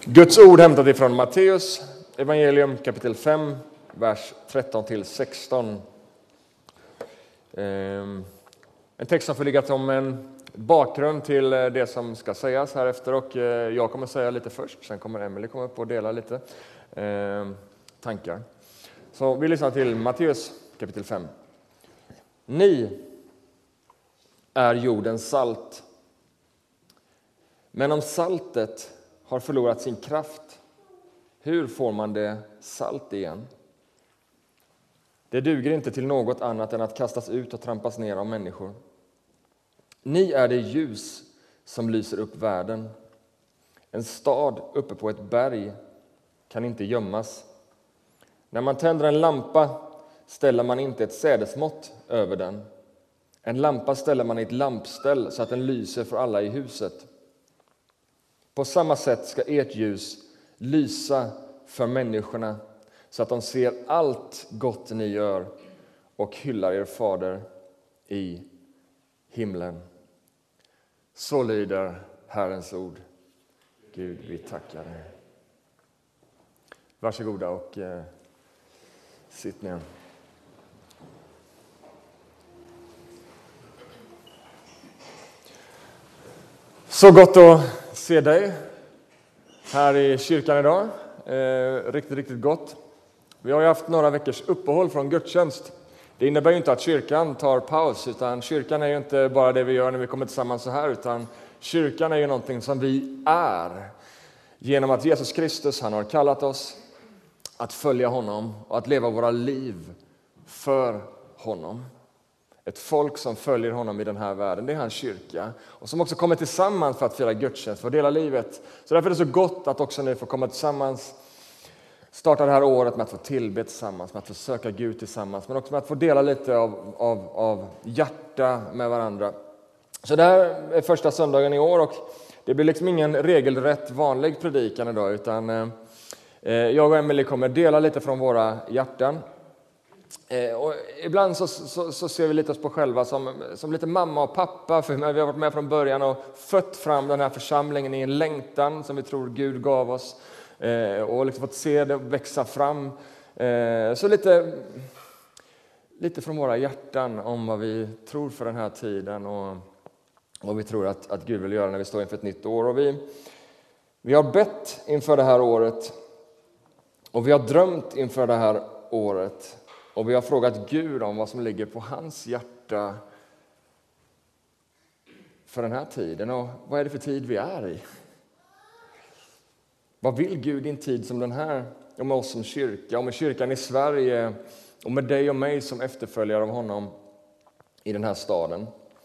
Guds ord hämtat ifrån Matteus evangelium kapitel 5, vers 13-16. En text som får ligga som en bakgrund till det som ska sägas här efter, och jag kommer säga lite först, sen kommer Emily komma upp och dela lite tankar. Så vi lyssnar till Matteus kapitel 5. Ni är jordens salt. Men om saltet har förlorat sin kraft, hur får man det salt igen? Det duger inte till något annat än att kastas ut och trampas ner av människor. Ni är det ljus som lyser upp världen. En stad uppe på ett berg kan inte gömmas. När man tänder en lampa ställer man inte ett sädesmått över den. En lampa ställer man i ett lampställ så att den lyser för alla i huset. På samma sätt ska ert ljus lysa för människorna så att de ser allt gott ni gör och hyllar er fader i himlen. Så lyder Herrens ord. Gud, vi tackar dig. Varsågoda och sitt ner. Så gott att se dig här i kyrkan idag. Riktigt gott. Vi har ju haft några veckors uppehåll från gudstjänst. Det innebär ju inte att kyrkan tar paus, utan kyrkan är ju inte bara det vi gör när vi kommer tillsammans så här, utan kyrkan är ju någonting som vi är. Genom att Jesus Kristus, han har kallat oss att följa honom och att leva våra liv för honom. Ett folk som följer honom i den här världen, det är hans kyrka. Och som också kommer tillsammans för att fira gudstjänst, för att dela livet. Så därför är det så gott att också ni får komma tillsammans. Starta det här året med att få tillbe tillsammans, med att få söka Gud tillsammans. Men också med att få dela lite av hjärta med varandra. Så det här är första söndagen i år, och det blir liksom ingen regelrätt vanlig predikan idag. Utan jag och Emily kommer dela lite från våra hjärtan. Och ibland så ser vi lite oss på själva som lite mamma och pappa, för vi har varit med från början och fött fram den här församlingen i en längtan som vi tror Gud gav oss, och liksom fått se det växa fram. Så lite från våra hjärtan om vad vi tror för den här tiden och vad vi tror att Gud vill göra när vi står inför ett nytt år. Och vi har bett inför det här året, och vi har drömt inför det här året. Och vi har frågat Gud om vad som ligger på hans hjärta för den här tiden. Och vad är det för tid vi är i? Vad vill Gud i en tid som den här? Och med oss som kyrka, och med kyrkan i Sverige, och med dig och mig som efterföljare av honom i den här staden.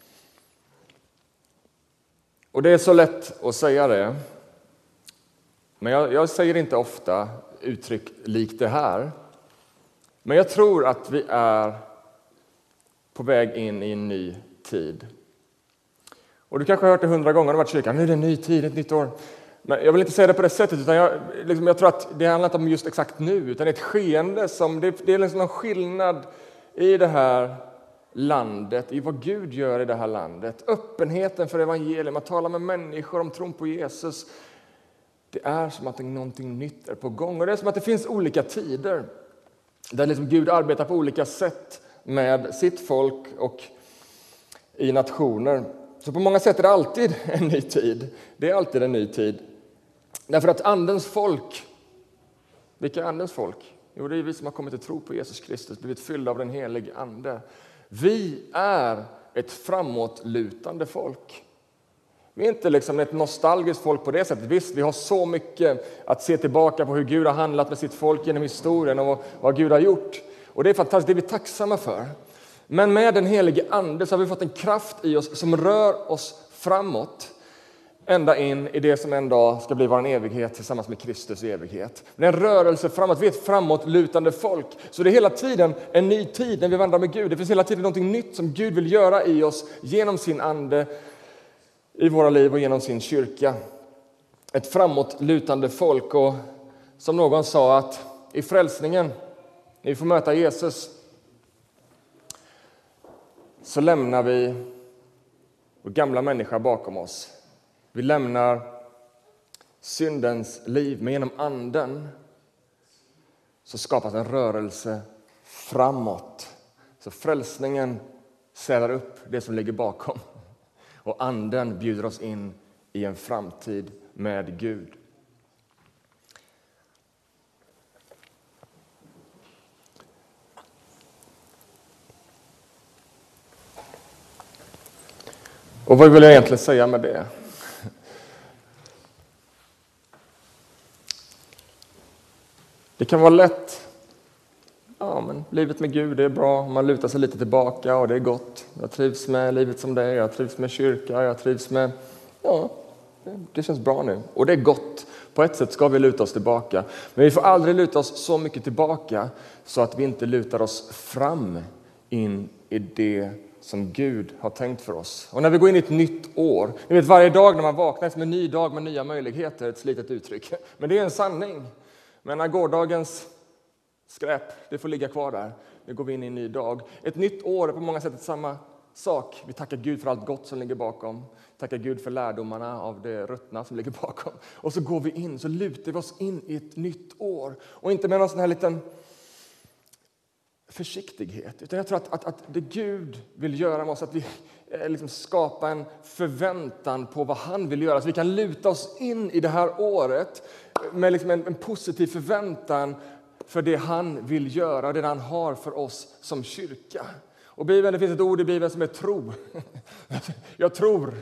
Och det är så lätt att säga det. Men jag säger inte ofta uttryck likt det här. Men jag tror att vi är på väg in i en ny tid. Och du kanske har hört det 100 gånger, du har varit i kyrkan. Nu är det en ny tid, ett nytt år. Men jag vill inte säga det på det sättet, utan jag tror att det handlar inte om just exakt nu. Utan ett skeende som, det är liksom någon skillnad i det här landet, i vad Gud gör i det här landet. Öppenheten för evangelium, att tala med människor om tron på Jesus. Det är som att någonting nytt är på gång. Och det är som att det finns olika tider. Där liksom Gud arbetar på olika sätt med sitt folk och i nationer. Så på många sätt är det alltid en ny tid. Det är alltid en ny tid. Därför att andens folk, vilka är andens folk? Jo, det är vi som har kommit till tro på Jesus Kristus, blivit fyllda av den helige ande. Vi är ett framåtlutande folk. Vi är inte liksom ett nostalgiskt folk på det sättet. Visst, vi har så mycket att se tillbaka på hur Gud har handlat med sitt folk genom historien och vad Gud har gjort. Och det är fantastiskt, det är vi tacksamma för. Men med den helige ande så har vi fått en kraft i oss som rör oss framåt. Ända in i det som en dag ska bli vår evighet tillsammans med Kristus i evighet. Det är en rörelse framåt, vi är ett framåtlutande folk. Så det är hela tiden en ny tid när vi vandrar med Gud. Det finns hela tiden något nytt som Gud vill göra i oss genom sin ande, i våra liv och genom sin kyrka. Ett framåtlutande folk, och som någon sa att i frälsningen, när vi får möta Jesus, så lämnar vi vår gamla människa bakom oss. Vi lämnar syndens liv, men genom anden så skapas en rörelse framåt. Så frälsningen särar upp det som ligger bakom. Och anden bjuder oss in i en framtid med Gud. Och vad vill jag egentligen säga med det? Det kan vara lätt. Ja, men livet med Gud är bra. Man lutar sig lite tillbaka och det är gott. Jag trivs med livet som det är. Jag trivs med kyrka. Jag trivs med... Ja, det känns bra nu. Och det är gott. På ett sätt ska vi luta oss tillbaka. Men vi får aldrig luta oss så mycket tillbaka så att vi inte lutar oss fram in i det som Gud har tänkt för oss. Och när vi går in i ett nytt år, ni vet varje dag när man vaknar som en ny dag med nya möjligheter, ett slitet uttryck. Men det är en sanning. Men när gårdagens skräp, det får ligga kvar där. Nu går vi in i en ny dag. Ett nytt år är på många sätt samma sak. Vi tackar Gud för allt gott som ligger bakom. Tackar Gud för lärdomarna av det ruttna som ligger bakom. Och så går vi in, så lutar vi oss in i ett nytt år. Och inte med någon sån här liten försiktighet. Utan jag tror att det Gud vill göra med oss, att vi liksom skapar en förväntan på vad han vill göra. Så vi kan luta oss in i det här året med liksom en positiv förväntan för det han vill göra och det han har för oss som kyrka. Och Bibeln, det finns ett ord i Bibeln som är tro. Jag tror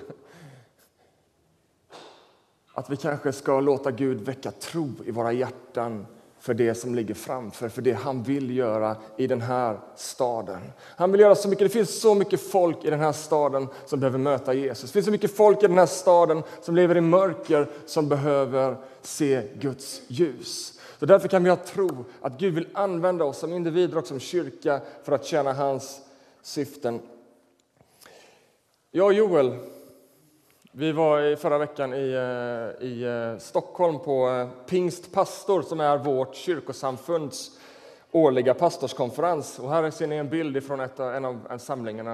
att vi kanske ska låta Gud väcka tro i våra hjärtan för det som ligger framför, för det han vill göra i den här staden. Han vill göra så mycket, det finns så mycket folk i den här staden som behöver möta Jesus. Det finns så mycket folk i den här staden som lever i mörker som behöver se Guds ljus. Så därför kan vi ha tro att Gud vill använda oss som individer och som kyrka för att tjäna hans syften. Jag och Joel, vi var i förra veckan i Stockholm på Pingstpastor som är vårt kyrkosamfunds årliga pastorskonferens. Och här ser ni en bild från en av samlingarna.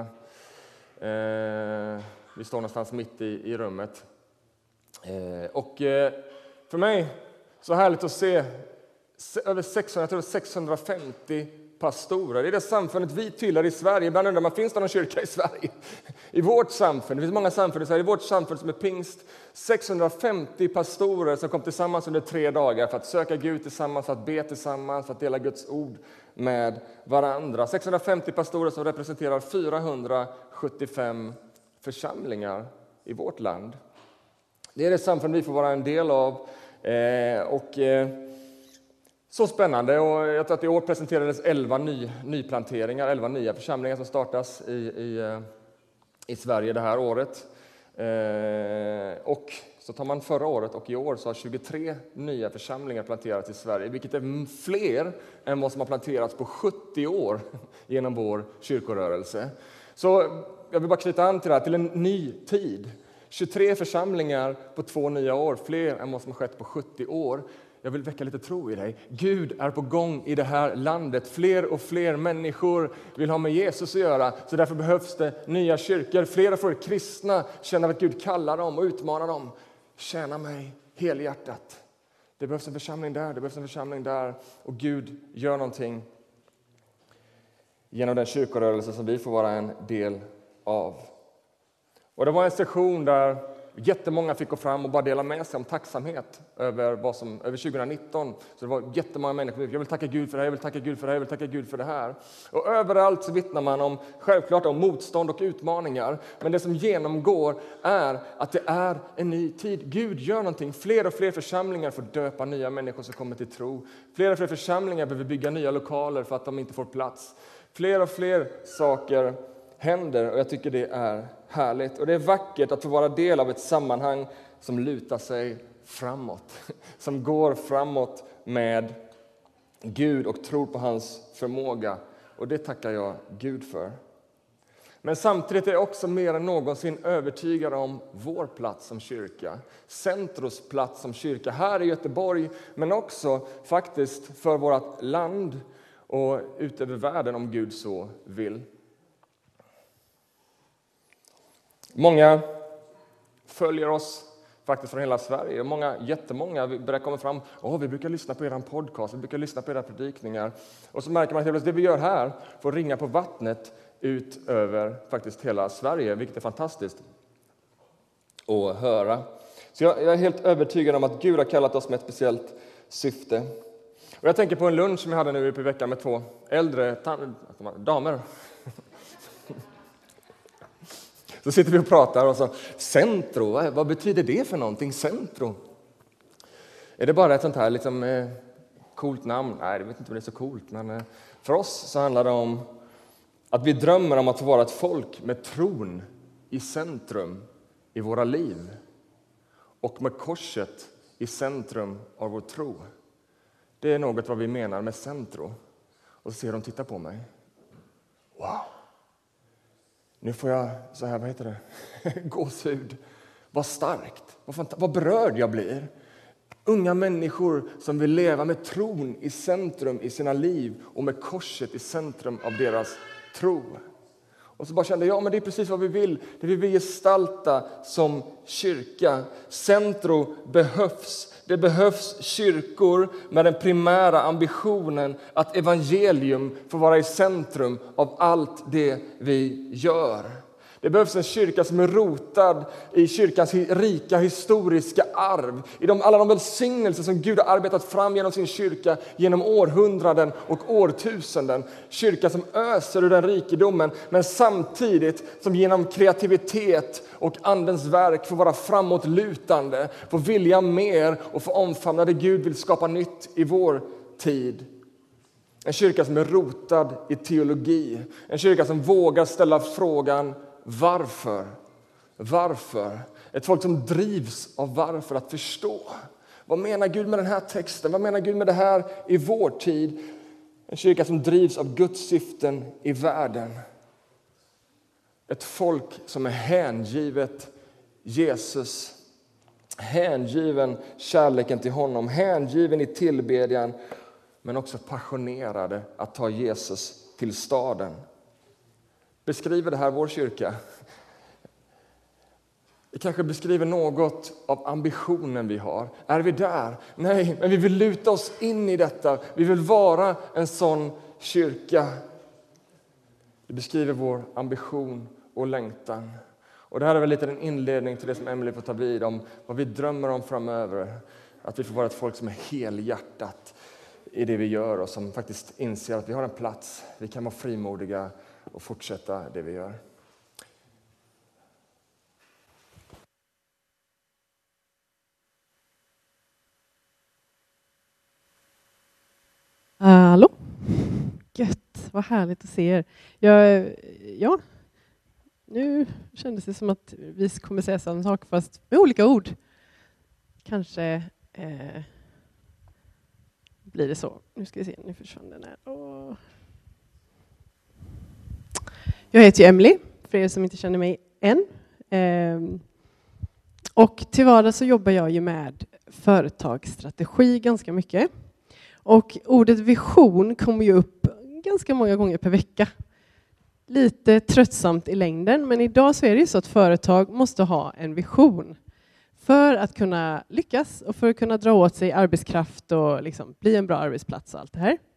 Vi står någonstans mitt i rummet. Och för mig så härligt att se över 650 pastorer. Det är det samfundet vi tillhör i Sverige. Ibland undrar man, finns det någon kyrka i Sverige? I vårt samfund, det finns många samfund i Sverige. I vårt samfund som är pingst, 650 pastorer som kom tillsammans under 3 dagar för att söka Gud tillsammans, för att be tillsammans, för att dela Guds ord med varandra. 650 pastorer som representerar 475 församlingar i vårt land. Det är det samfund vi får vara en del av. Så spännande, och jag tror att i år presenterades 11 nyplanteringar, 11 nya församlingar som startas i Sverige det här året. Och så tar man förra året och i år så har 23 nya församlingar planterats i Sverige, vilket är fler än vad som har planterats på 70 år genom vår kyrkorörelse. Så jag vill bara knyta an till det här, till en ny tid. 23 församlingar på 2 nya år, fler än vad som har skett på 70 år. Jag vill väcka lite tro i dig. Gud är på gång i det här landet. Fler och fler människor vill ha med Jesus att göra. Så därför behövs det nya kyrkor. Fler och fler kristna känner att Gud kallar dem och utmanar dem. Tjäna mig helhjärtat. Det behövs en församling där, det behövs en församling där. Och Gud gör någonting genom den kyrkorörelse som vi får vara en del av. Och det var en session där jättemånga fick gå fram och bara dela med sig om tacksamhet över 2019. Så det var jättemånga människor. Jag vill tacka Gud för det här, jag vill tacka Gud för det här, jag vill tacka Gud för det här. Och överallt så vittnar man självklart om motstånd och utmaningar. Men det som genomgår är att det är en ny tid. Gud gör någonting. Fler och fler församlingar får döpa nya människor som kommer till tro. Fler och fler församlingar behöver bygga nya lokaler för att de inte får plats. Fler och fler saker händer, och jag tycker det är härligt. Och det är vackert att få vara del av ett sammanhang som lutar sig framåt. Som går framåt med Gud och tror på hans förmåga. Och det tackar jag Gud för. Men samtidigt är jag också mer än någonsin övertygad om vår plats som kyrka. Centros plats som kyrka här i Göteborg, men också faktiskt för vårt land och ut över världen om Gud så vill. Många följer oss faktiskt från hela Sverige. Jättemånga börjar komma fram. Vi brukar lyssna på er podcast, vi brukar lyssna på era predikningar. Och så märker man att det vi gör här får ringa på vattnet ut över faktiskt hela Sverige, vilket är fantastiskt att höra. Så jag är helt övertygad om att Gud har kallat oss med ett speciellt syfte. Och jag tänker på en lunch som jag hade nu i veckan med 2 äldre damer. Så sitter vi och pratar och så, Centro, vad betyder det för någonting, Centro? Är det bara ett sånt här liksom, coolt namn? Nej, jag vet inte om det är så coolt, men för oss så handlar det om att vi drömmer om att vara ett folk med tron i centrum i våra liv. Och med korset i centrum av vår tro. Det är något vad vi menar med Centro. Och så ser de titta på mig. Wow! Nu får jag så här, vad heter det? Gåshud. Vad starkt. Vad berörd jag blir. Unga människor som vill leva med tron i centrum i sina liv. Och med korset i centrum av deras tro. Och så bara kände jag, men det är precis vad vi vill. Det vi vill gestalta som kyrka. Centro behövs. Det behövs kyrkor med den primära ambitionen att evangelium får vara i centrum av allt det vi gör. Det behövs en kyrka som är rotad i kyrkans rika historiska arv. I alla de välsignelser som Gud har arbetat fram genom sin kyrka genom århundraden och årtusenden. Kyrka som öser ur den rikedomen, men samtidigt som genom kreativitet och andens verk får vara framåtlutande, får vilja mer och få omfamna det Gud vill skapa nytt i vår tid. En kyrka som är rotad i teologi. En kyrka som vågar ställa frågan: varför? Varför? Ett folk som drivs av varför, att förstå. Vad menar Gud med den här texten? Vad menar Gud med det här i vår tid? En kyrka som drivs av Guds syften i världen. Ett folk som är hängivet Jesus. Hängiven kärleken till honom. Hängiven i tillbedjan. Men också passionerade att ta Jesus till staden. Beskriver det här vår kyrka? Det kanske beskriver något av ambitionen vi har. Är vi där? Nej, men vi vill luta oss in i detta. Vi vill vara en sån kyrka. Det beskriver vår ambition och längtan. Och det här är väl lite en inledning till det som Emily får ta vid om. Vad vi drömmer om framöver. Att vi får vara ett folk som är helhjärtat i det vi gör. Och som faktiskt inser att vi har en plats. Vi kan vara frimodiga och fortsätta det vi gör. Hallå? Gött, vad härligt att se er. Ja, nu kändes det som att vi kommer säga samma sak fast med olika ord. Kanske blir det så. Nu ska vi se, nu försvann den här. Jag heter ju Emily, för er som inte känner mig än. Och till vardags så jobbar jag ju med företagsstrategi ganska mycket. Och ordet vision kommer ju upp ganska många gånger per vecka. Lite tröttsamt i längden, men idag så är det ju så att företag måste ha en vision. För att kunna lyckas och för att kunna dra åt sig arbetskraft och liksom bli en bra arbetsplats och allt det här.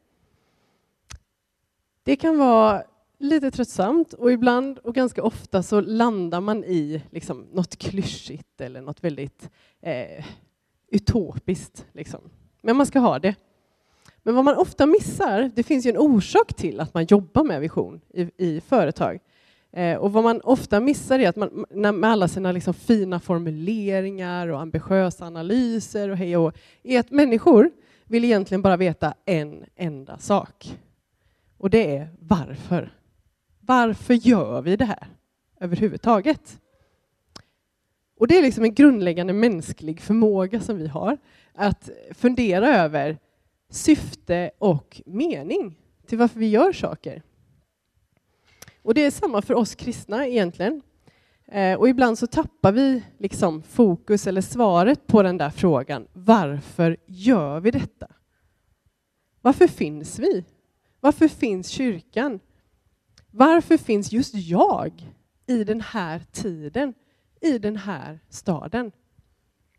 Det kan vara lite tröttsamt och ibland och ganska ofta så landar man i liksom något klyschigt eller något väldigt utopiskt. Liksom. Men man ska ha det. Men vad man ofta missar, det finns ju en orsak till att man jobbar med vision i företag. Och vad man ofta missar är att man med alla sina liksom fina formuleringar och ambitiösa analyser och hej och är att människor vill egentligen bara veta en enda sak. Och det är varför. Varför gör vi det här överhuvudtaget? Och det är liksom en grundläggande mänsklig förmåga som vi har. Att fundera över syfte och mening till varför vi gör saker. Och det är samma för oss kristna egentligen. Och ibland så tappar vi liksom fokus eller svaret på den där frågan. Varför gör vi detta? Varför finns vi? Varför finns kyrkan? Varför finns just jag i den här tiden, i den här staden?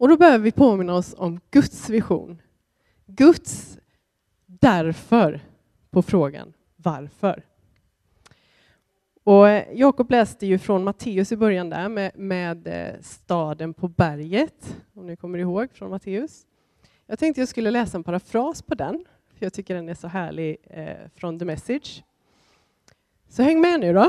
Och då behöver vi påminna oss om Guds vision. Guds därför på frågan varför. Och Jakob läste ju från Matteus i början där med staden på berget, om ni kommer ihåg från Matteus. Jag tänkte jag skulle läsa en parafras på den, för jag tycker den är så härlig från The Message. Så häng med nu då.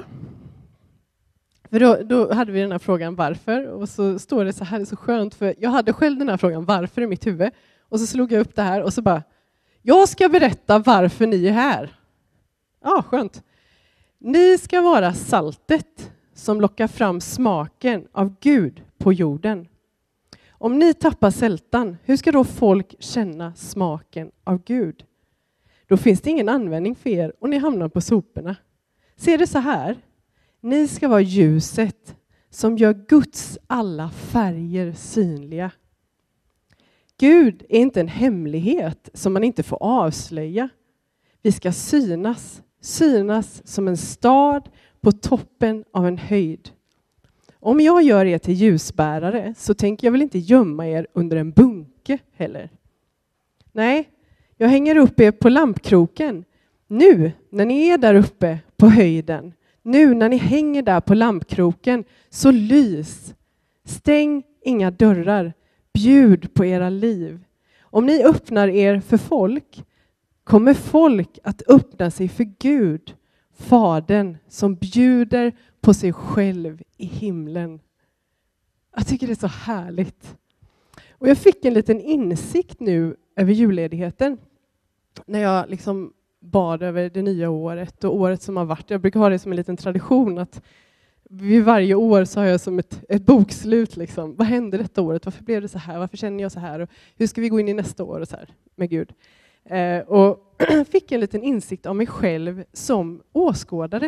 För då hade vi den här frågan varför, och så står det så här, det är så skönt, för jag hade själv den här frågan varför i mitt huvud. Och så slog jag upp det här och så bara, jag ska berätta varför ni är här. Ja, skönt. Ni ska vara saltet som lockar fram smaken av Gud på jorden. Om ni tappar sältan, hur ska då folk känna smaken av Gud? Då finns det ingen användning för er och ni hamnar på soporna. Se det så här. Ni ska vara ljuset som gör Guds alla färger synliga. Gud är inte en hemlighet som man inte får avslöja. Vi ska synas som en stad på toppen av en höjd. Om jag gör er till ljusbärare så tänker jag väl inte gömma er under en bunke heller. Nej, jag hänger upp er på lampkroken. Nu när ni är där uppe på höjden, nu när ni hänger där på lampkroken, så lys. Stäng inga dörrar. Bjud på era liv. Om ni öppnar er för folk, kommer folk att öppna sig för Gud, Fadern som bjuder på sig själv i himlen. Jag tycker det är så härligt. Och jag fick en liten insikt nu över julledigheten. När jag liksom bad över det nya året och året som har varit. Jag brukar ha det som en liten tradition att vid varje år så har jag som ett bokslut. Liksom. Vad hände detta året? Varför blev det så här? Varför känner jag så här? Och hur ska vi gå in i nästa år och så här med Gud? Och fick en liten insikt av mig själv som åskådare.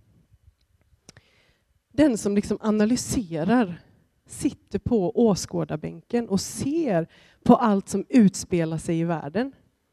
Den som liksom analyserar, sitter på åskådarbänken och ser på allt som utspelar sig i världen.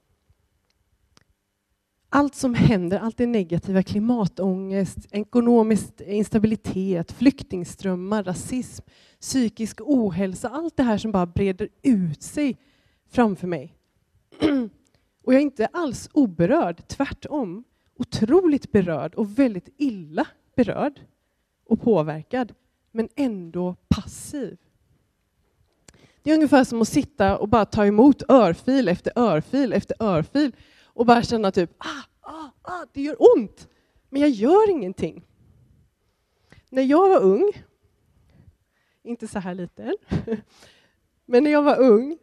Allt som händer, allt det negativa, klimatångest, ekonomisk instabilitet, flyktingströmmar, rasism, psykisk ohälsa, allt det här som bara breder ut sig framför mig. Och jag är inte alls oberörd, tvärtom. Otroligt berörd och väldigt illa berörd och påverkad, men ändå passiv. Det är ungefär som att sitta och bara ta emot örfil efter örfil efter örfil och bara känna typ, det gör ont, men jag gör ingenting. När jag var ung, inte så här liten, men när jag var ung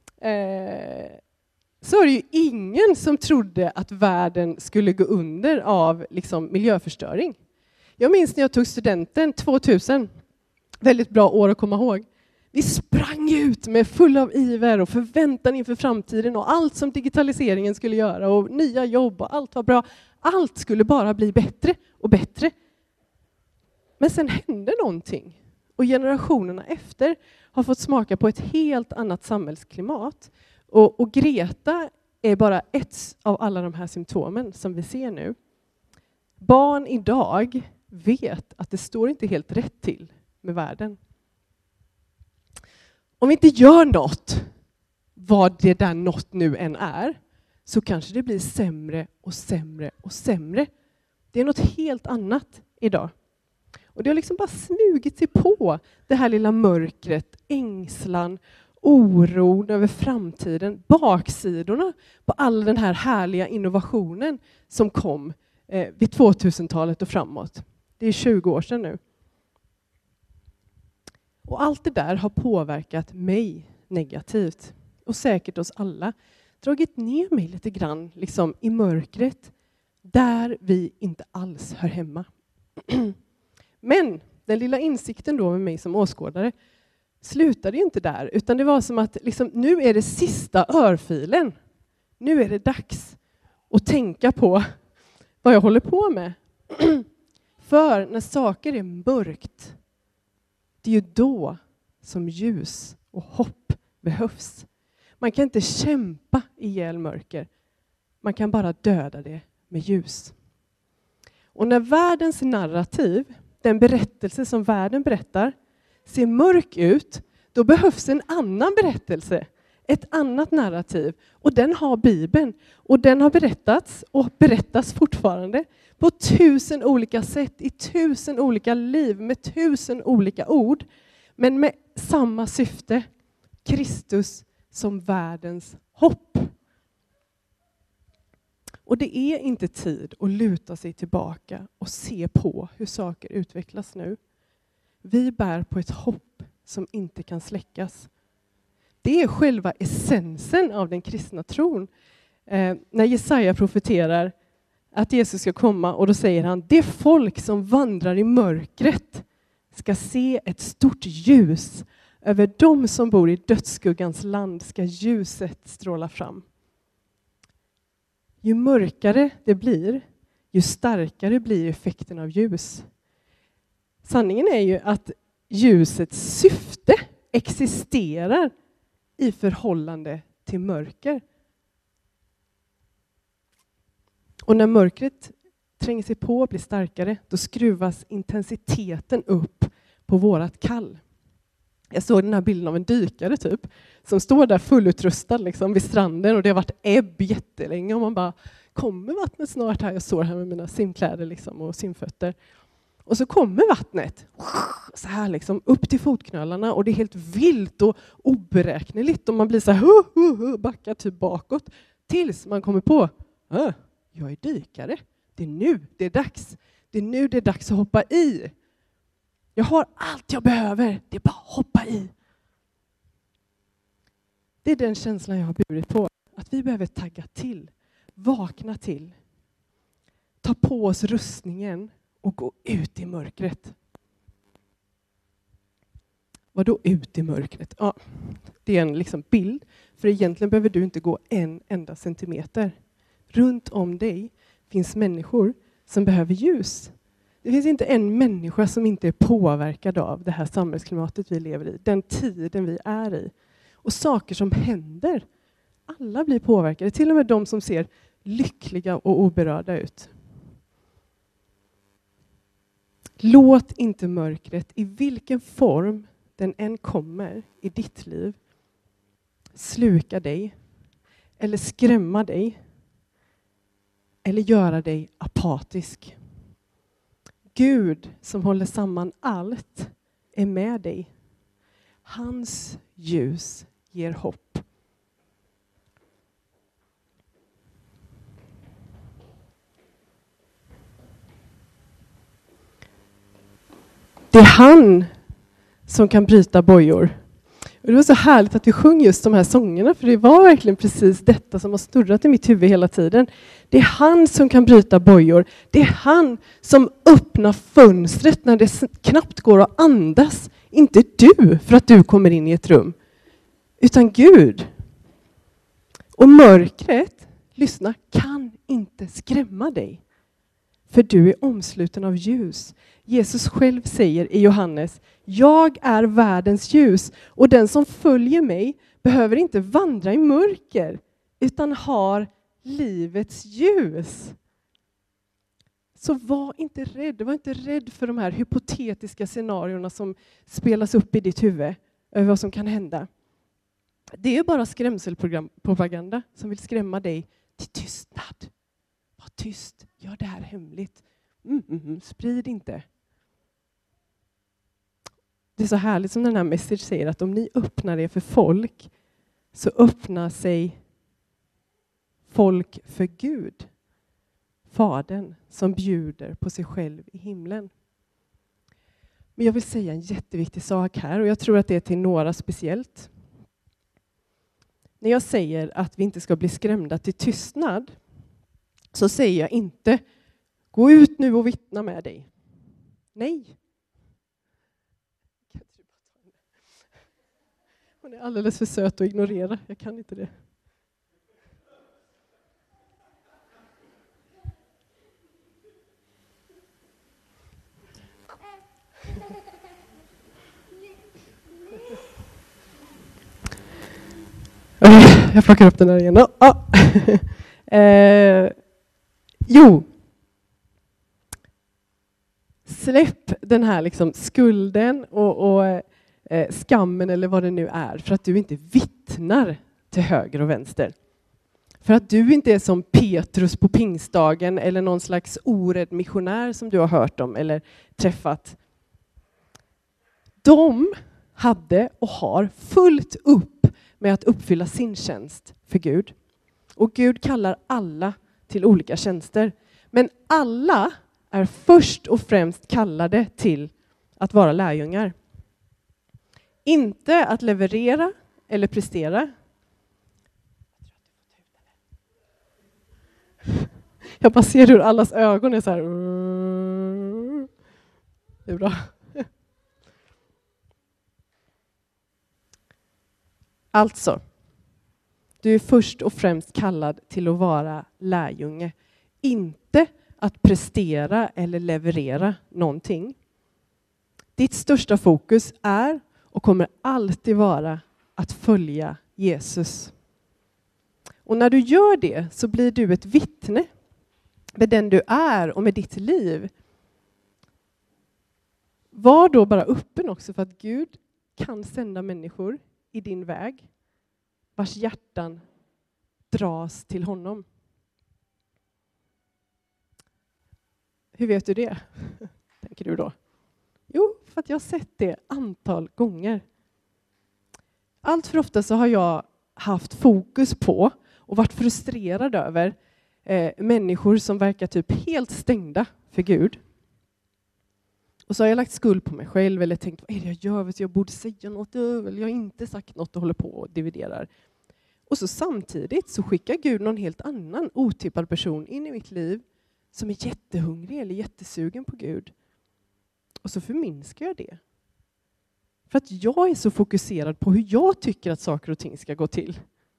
så var det ju ingen som trodde att världen skulle gå under av liksom miljöförstöring. Jag minns när jag tog studenten 2000, väldigt bra år att komma ihåg. Vi sprang ut med full av iver och förväntan inför framtiden och allt som digitaliseringen skulle göra och nya jobb och allt var bra. Allt skulle bara bli bättre och bättre. Men sen hände någonting och generationerna efter har fått smaka på ett helt annat samhällsklimat. Och Greta är bara ett av alla de här symptomen som vi ser nu. Barn idag vet att det står inte helt rätt till med världen. Om vi inte gör något, vad det där något nu än är, så kanske det blir sämre och sämre och sämre. Det är något helt annat idag. Och det har liksom bara smugit sig på det här lilla mörkret, ängslan, oron över framtiden, baksidorna på all den här härliga innovationen som kom vid 2000-talet och framåt. Det är 20 år sedan nu. Och allt det där har påverkat mig negativt. Och säkert oss alla. Dragit ner mig lite grann liksom i mörkret. Där vi inte alls hör hemma. Men den lilla insikten då med mig som åskådare slutade ju inte där. Utan det var som att liksom, nu är det sista örfilen. Nu är det dags att tänka på vad jag håller på med. För när saker är mörkt, det är ju då som ljus och hopp behövs. Man kan inte kämpa ihjäl mörker. Man kan bara döda det med ljus. Och när världens narrativ, den berättelse som världen berättar, ser mörk ut, då behövs en annan berättelse. Ett annat narrativ. Och den har Bibeln. Och den har berättats och berättas fortfarande på 1000 olika sätt, i 1000 olika liv, med 1000 olika ord. Men med samma syfte. Kristus som världens hopp. Och det är inte tid att luta sig tillbaka och se på hur saker utvecklas nu. Vi bär på ett hopp som inte kan släckas. Det är själva essensen av den kristna tron. När Jesaja profeterar att Jesus ska komma, och då säger han: det folk som vandrar i mörkret ska se ett stort ljus. Över dem som bor i dödsskuggans land ska ljuset stråla fram. Ju mörkare det blir, ju starkare blir effekten av ljus. Sanningen är ju att ljusets syfte existerar i förhållande till mörker. Och när mörkret tränger sig på och blir starkare, då skruvas intensiteten upp på vårat kall. Jag såg den här bilden av en dykare typ, som står där fullutrustad liksom, vid stranden, och det har varit ebb jättelänge och man bara, kommer vattnet snart här? Jag står här med mina simkläder liksom, och simfötter. Och så kommer vattnet så här liksom, upp till fotknölarna, och det är helt vilt och oberäkneligt och man blir så här backar typ bakåt tills man kommer på, jag är dykare. Det är nu det är dags. Det är nu det är dags att hoppa i. Jag har allt jag behöver. Det är bara att hoppa i. Det är den känslan jag har burit på. Att vi behöver tagga till. Vakna till. Ta på oss rustningen och gå ut i mörkret. Vad då ut i mörkret? Ja, det är en liksom bild. För egentligen behöver du inte gå en enda centimeter. Runt om dig finns människor som behöver ljus. Det finns inte en människa som inte är påverkad av det här samhällsklimatet vi lever i. Den tiden vi är i. Och saker som händer. Alla blir påverkade. Till och med de som ser lyckliga och oberörda ut. Låt inte mörkret, i vilken form den än kommer i ditt liv, sluka dig. Eller skrämma dig. Eller göra dig apatisk. Gud som håller samman allt är med dig. Hans ljus ger hopp. Det är han som kan bryta bojor. Och det var så härligt att vi sjöng just de här sångerna, för det var verkligen precis detta som har snurrat i mitt huvud hela tiden. Det är han som kan bryta bojor. Det är han som öppnar fönstret när det knappt går att andas. Inte du, för att du kommer in i ett rum, utan Gud. Och mörkret, lyssna, kan inte skrämma dig. För du är omsluten av ljus. Jesus själv säger i Johannes: jag är världens ljus, och den som följer mig behöver inte vandra i mörker utan har livets ljus. Så var inte rädd för de här hypotetiska scenarierna som spelas upp i ditt huvud över vad som kan hända. Det är bara skrämselpropaganda som vill skrämma dig till tystnad. Var tyst, gör det här hemligt. Sprid inte. Det är så härligt som den här message säger, att om ni öppnar er för folk, så öppnar sig folk för Gud. Fadern som bjuder på sig själv i himlen. Men jag vill säga en jätteviktig sak här, och jag tror att det är till några speciellt. När jag säger att vi inte ska bli skrämda till tystnad, så säger jag inte: gå ut nu och vittna med dig. Nej. Hon är alldeles för söt att ignorera. Jag kan inte det. Jag plockar upp den här igen. Jo. Släpp den här liksom skulden och skammen eller vad det nu är, för att du inte vittnar till höger och vänster. För att du inte är som Petrus på pingstdagen eller någon slags orädd missionär som du har hört om eller träffat. De hade och har fullt upp med att uppfylla sin tjänst för Gud. Och Gud kallar alla till olika tjänster. Men alla är först och främst kallade till att vara lärjungar. Inte att leverera eller prestera. Jag bara ser hur allas ögon är så här. Det är bra. Alltså, du är först och främst kallad till att vara lärjunge. Inte att prestera eller leverera någonting. Ditt största fokus är och kommer alltid vara att följa Jesus. Och när du gör det så blir du ett vittne med den du är och med ditt liv. Var då bara öppen också för att Gud kan sända människor i din väg vars hjärtan dras till honom. Hur vet du det? Tänker du då? Jo, för att jag har sett det antal gånger. Allt för ofta så har jag haft fokus på och varit frustrerad över människor som verkar typ helt stängda för Gud. Och så har jag lagt skuld på mig själv eller tänkt, vad är det jag gör? Jag borde säga något, eller jag har inte sagt något och håller på och dividerar. Och så samtidigt så skickar Gud någon helt annan otippad person in i mitt liv som är jättehungrig eller jättesugen på Gud. Och så förminskar jag det. För att jag är så fokuserad på hur jag tycker att saker och ting ska gå till.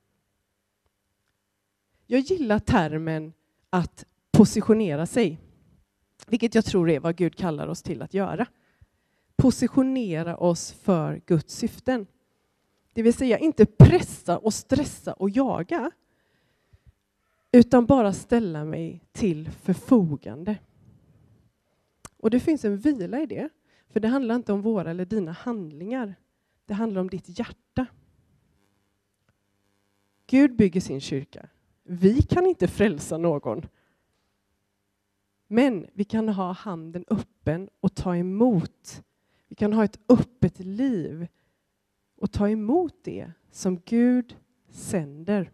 Jag gillar termen att positionera sig. Vilket jag tror är vad Gud kallar oss till att göra. Positionera oss för Guds syften. Det vill säga inte pressa och stressa och jaga. Utan bara ställa mig till förfogande. Och det finns en vila i det. För det handlar inte om våra eller dina handlingar. Det handlar om ditt hjärta. Gud bygger sin kyrka. Vi kan inte frälsa någon. Men vi kan ha handen öppen och ta emot. Vi kan ha ett öppet liv och ta emot det som Gud sänder.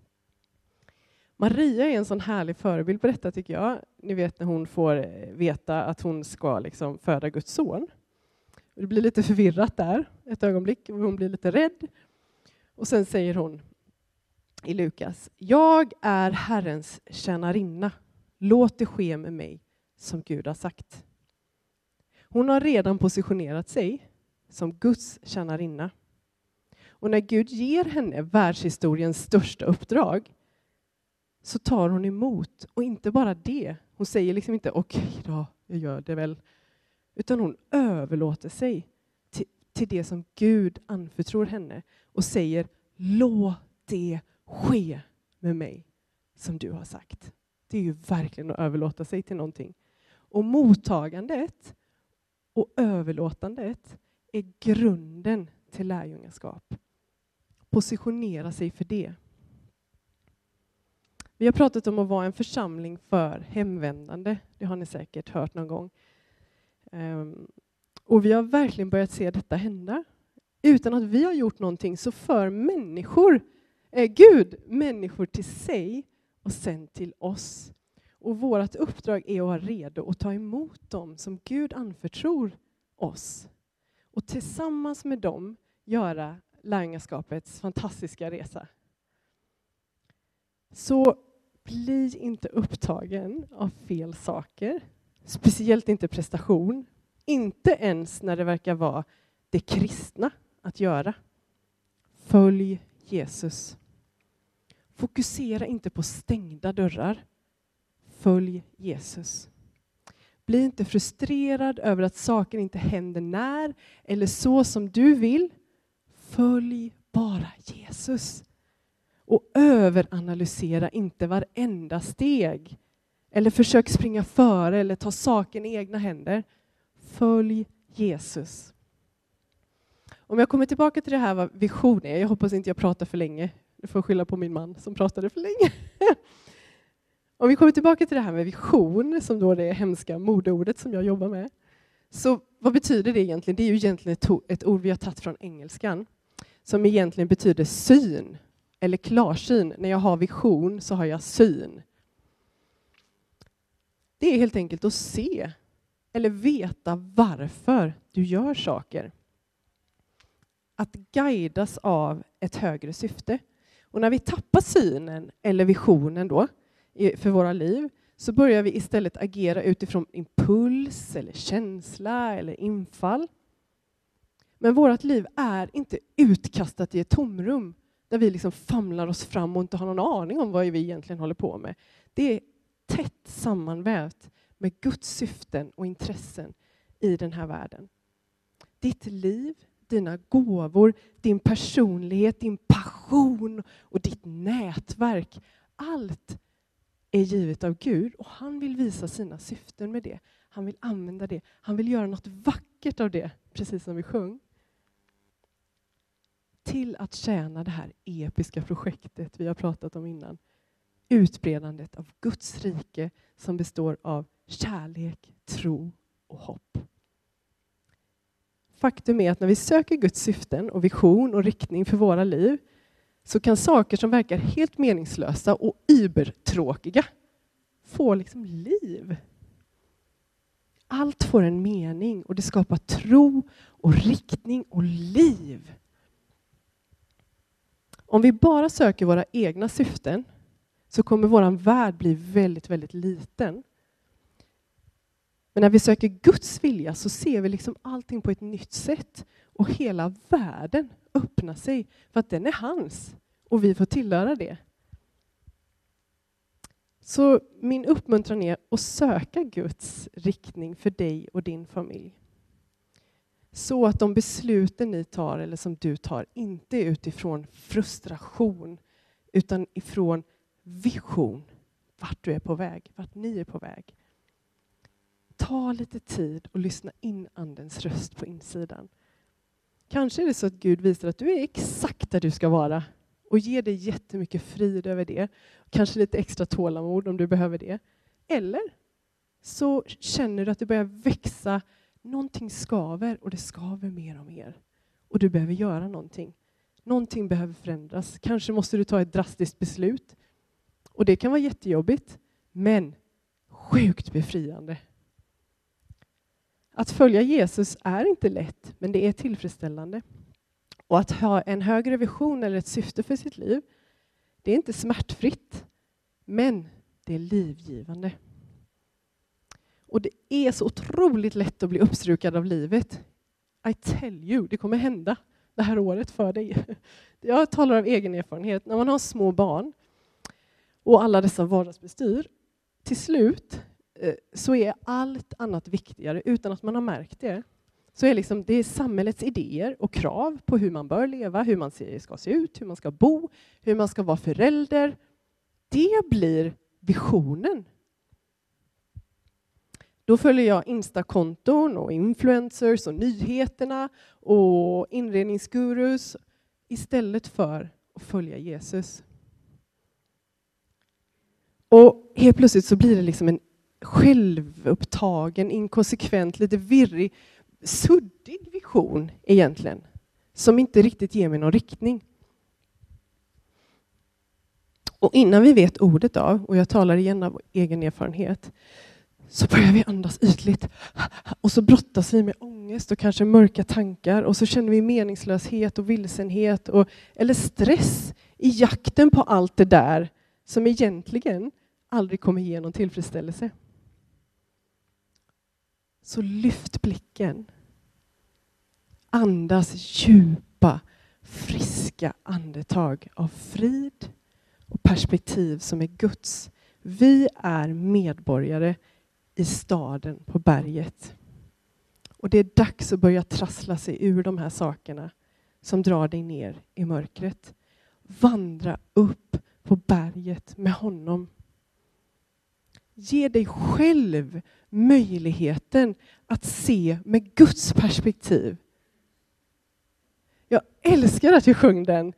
Maria är en sån härlig förebild på detta tycker jag. Ni vet när hon får veta att hon ska liksom föda Guds son. Det blir lite förvirrat där ett ögonblick. Hon blir lite rädd. Och sen säger hon i Lukas: jag är Herrens tjänarinna. Låt det ske med mig som Gud har sagt. Hon har redan positionerat sig som Guds tjänarinna. Och när Gud ger henne världshistoriens största uppdrag så tar hon emot. Och inte bara det. Hon säger liksom inte okej då, jag gör det väl. Utan hon överlåter sig till det som Gud anförtror henne. Och säger låt det ske med mig som du har sagt. Det är ju verkligen att överlåta sig till någonting. Och mottagandet och överlåtandet är grunden till lärjungaskap. Positionera sig för det. Vi har pratat om att vara en församling för hemvändande. Det har ni säkert hört någon gång. Och vi har verkligen börjat se detta hända. Utan att vi har gjort någonting så för Gud människor till sig och sen till oss. Och vårt uppdrag är att vara redo och ta emot dem som Gud anförtror oss. Och tillsammans med dem göra lärjungaskapets fantastiska resa. Så bli inte upptagen av fel saker. Speciellt inte prestation. Inte ens när det verkar vara det kristna att göra. Följ Jesus. Fokusera inte på stängda dörrar. Följ Jesus. Bli inte frustrerad över att saker inte händer när eller så som du vill. Följ bara Jesus. Och överanalysera inte varenda steg. Eller försök springa före eller ta saken i egna händer. Följ Jesus. Om jag kommer tillbaka till det här vad vision är. Jag hoppas inte jag pratar för länge. Jag får skylla på min man som pratade för länge. Om vi kommer tillbaka till det här med vision, som då är det hemska modeordet som jag jobbar med. Så vad betyder det egentligen? Det är ju egentligen ett ord vi har tagit från engelskan. Som egentligen betyder syn. Eller klarsyn. När jag har vision så har jag syn. Det är helt enkelt att se. Eller veta varför du gör saker. Att guidas av ett högre syfte. Och när vi tappar synen eller visionen då för våra liv, så börjar vi istället agera utifrån impuls eller känsla eller infall. Men vårt liv är inte utkastat i ett tomrum där vi liksom famlar oss fram och inte har någon aning om vad vi egentligen håller på med. Det är tätt sammanvävt med Guds syften och intressen i den här världen. Ditt liv, dina gåvor, din personlighet, din passion och ditt nätverk. Allt är givet av Gud och han vill visa sina syften med det. Han vill använda det. Han vill göra något vackert av det, precis som vi sjöng. Till att tjäna det här episka projektet vi har pratat om innan. Utbredandet av Guds rike som består av kärlek, tro och hopp. Faktum är att när vi söker Guds syften och vision och riktning för våra liv, så kan saker som verkar helt meningslösa och übertråkiga få liksom liv. Allt får en mening och det skapar tro och riktning och liv. Om vi bara söker våra egna syften så kommer våran värld bli väldigt, väldigt liten. Men när vi söker Guds vilja så ser vi liksom allting på ett nytt sätt. Och hela världen öppnar sig för att den är hans. Och vi får tillhöra det. Så min uppmuntran är att söka Guds riktning för dig och din familj. Så att de besluten ni tar eller som du tar inte är utifrån frustration. Utan ifrån vision. Vart du är på väg, vart ni är på väg. Ta lite tid och lyssna in andens röst på insidan. Kanske är det så att Gud visar att du är exakt där du ska vara. Och ger dig jättemycket frid över det. Kanske lite extra tålamod om du behöver det. Eller så känner du att du börjar växa. Någonting skaver och det skaver mer och mer. Och du behöver göra någonting. Någonting behöver förändras. Kanske måste du ta ett drastiskt beslut. Och det kan vara jättejobbigt. Men sjukt befriande. Att följa Jesus är inte lätt, men det är tillfredsställande. Och att ha en högre vision eller ett syfte för sitt liv, det är inte smärtfritt, men det är livgivande. Och det är så otroligt lätt att bli uppstrukad av livet. I tell you, det kommer hända det här året för dig. Jag talar av egen erfarenhet. När man har små barn och alla dessa vardagsbestyr, till slut så är allt annat viktigare utan att man har märkt det. Så är liksom, det är samhällets idéer och krav på hur man bör leva, hur man ska se ut, hur man ska bo, hur man ska vara förälder. Det blir visionen. Då följer jag Insta-konton och influencers och nyheterna och inredningsgurus istället för att följa Jesus. Och helt plötsligt så blir det liksom en självupptagen, inkonsekvent, lite virrig, suddig vision egentligen. Som inte riktigt ger mig någon riktning. Och innan vi vet ordet av, och jag talar igen av egen erfarenhet, så börjar vi andas ytligt. Och så brottas vi med ångest och kanske mörka tankar. Och så känner vi meningslöshet och vilsenhet eller stress i jakten på allt det där som egentligen aldrig kommer ge någon tillfredsställelse. Så lyft blicken. Andas djupa, friska andetag av frid och perspektiv som är Guds. Vi är medborgare i staden på berget. Och det är dags att börja trassla sig ur de här sakerna som drar dig ner i mörkret. Vandra upp på berget med honom. Ge dig själv möjligheten att se med Guds perspektiv. Jag älskar att vi sjöng den.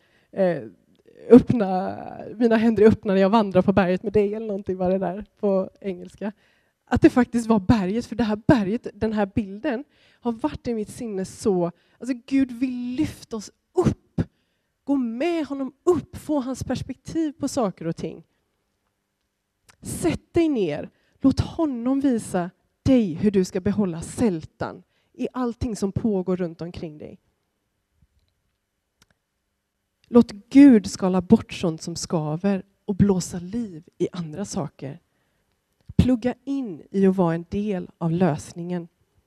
Mina händer är öppna när jag vandrar på berget med dig, eller någonting var det där på engelska. Att det faktiskt var berget, för det här berget, den här bilden har varit i mitt sinne så, alltså Gud vill lyfta oss upp, gå med honom upp, få hans perspektiv på saker och ting. Sätt dig ner, låt honom visa dig hur du ska behålla sältan i allting som pågår runt omkring dig. Låt Gud skala bort sånt som skaver och blåsa liv i andra saker. Plugga in i att vara en del av lösningen.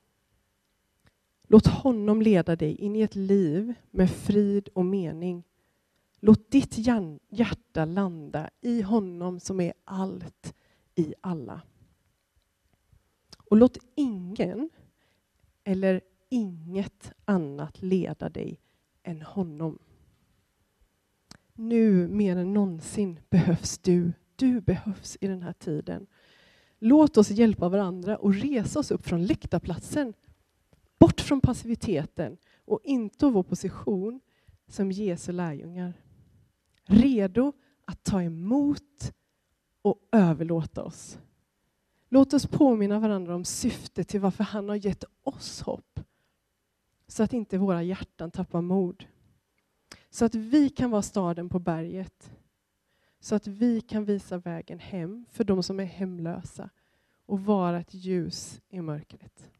Låt honom leda dig in i ett liv med frid och mening. Låt ditt hjärta landa i honom som är allt i alla. Och låt ingen eller inget annat leda dig än honom. Nu mer än någonsin behövs du. Du behövs i den här tiden. Låt oss hjälpa varandra och resa oss upp från läktarplatsen. Bort från passiviteten och inte vår position som Jesu lärjungar. Redo att ta emot och överlåta oss. Låt oss påminna varandra om syftet till varför han har gett oss hopp. Så att inte våra hjärtan tappar mod. Så att vi kan vara staden på berget. Så att vi kan visa vägen hem för de som är hemlösa. Och vara ett ljus i mörkret.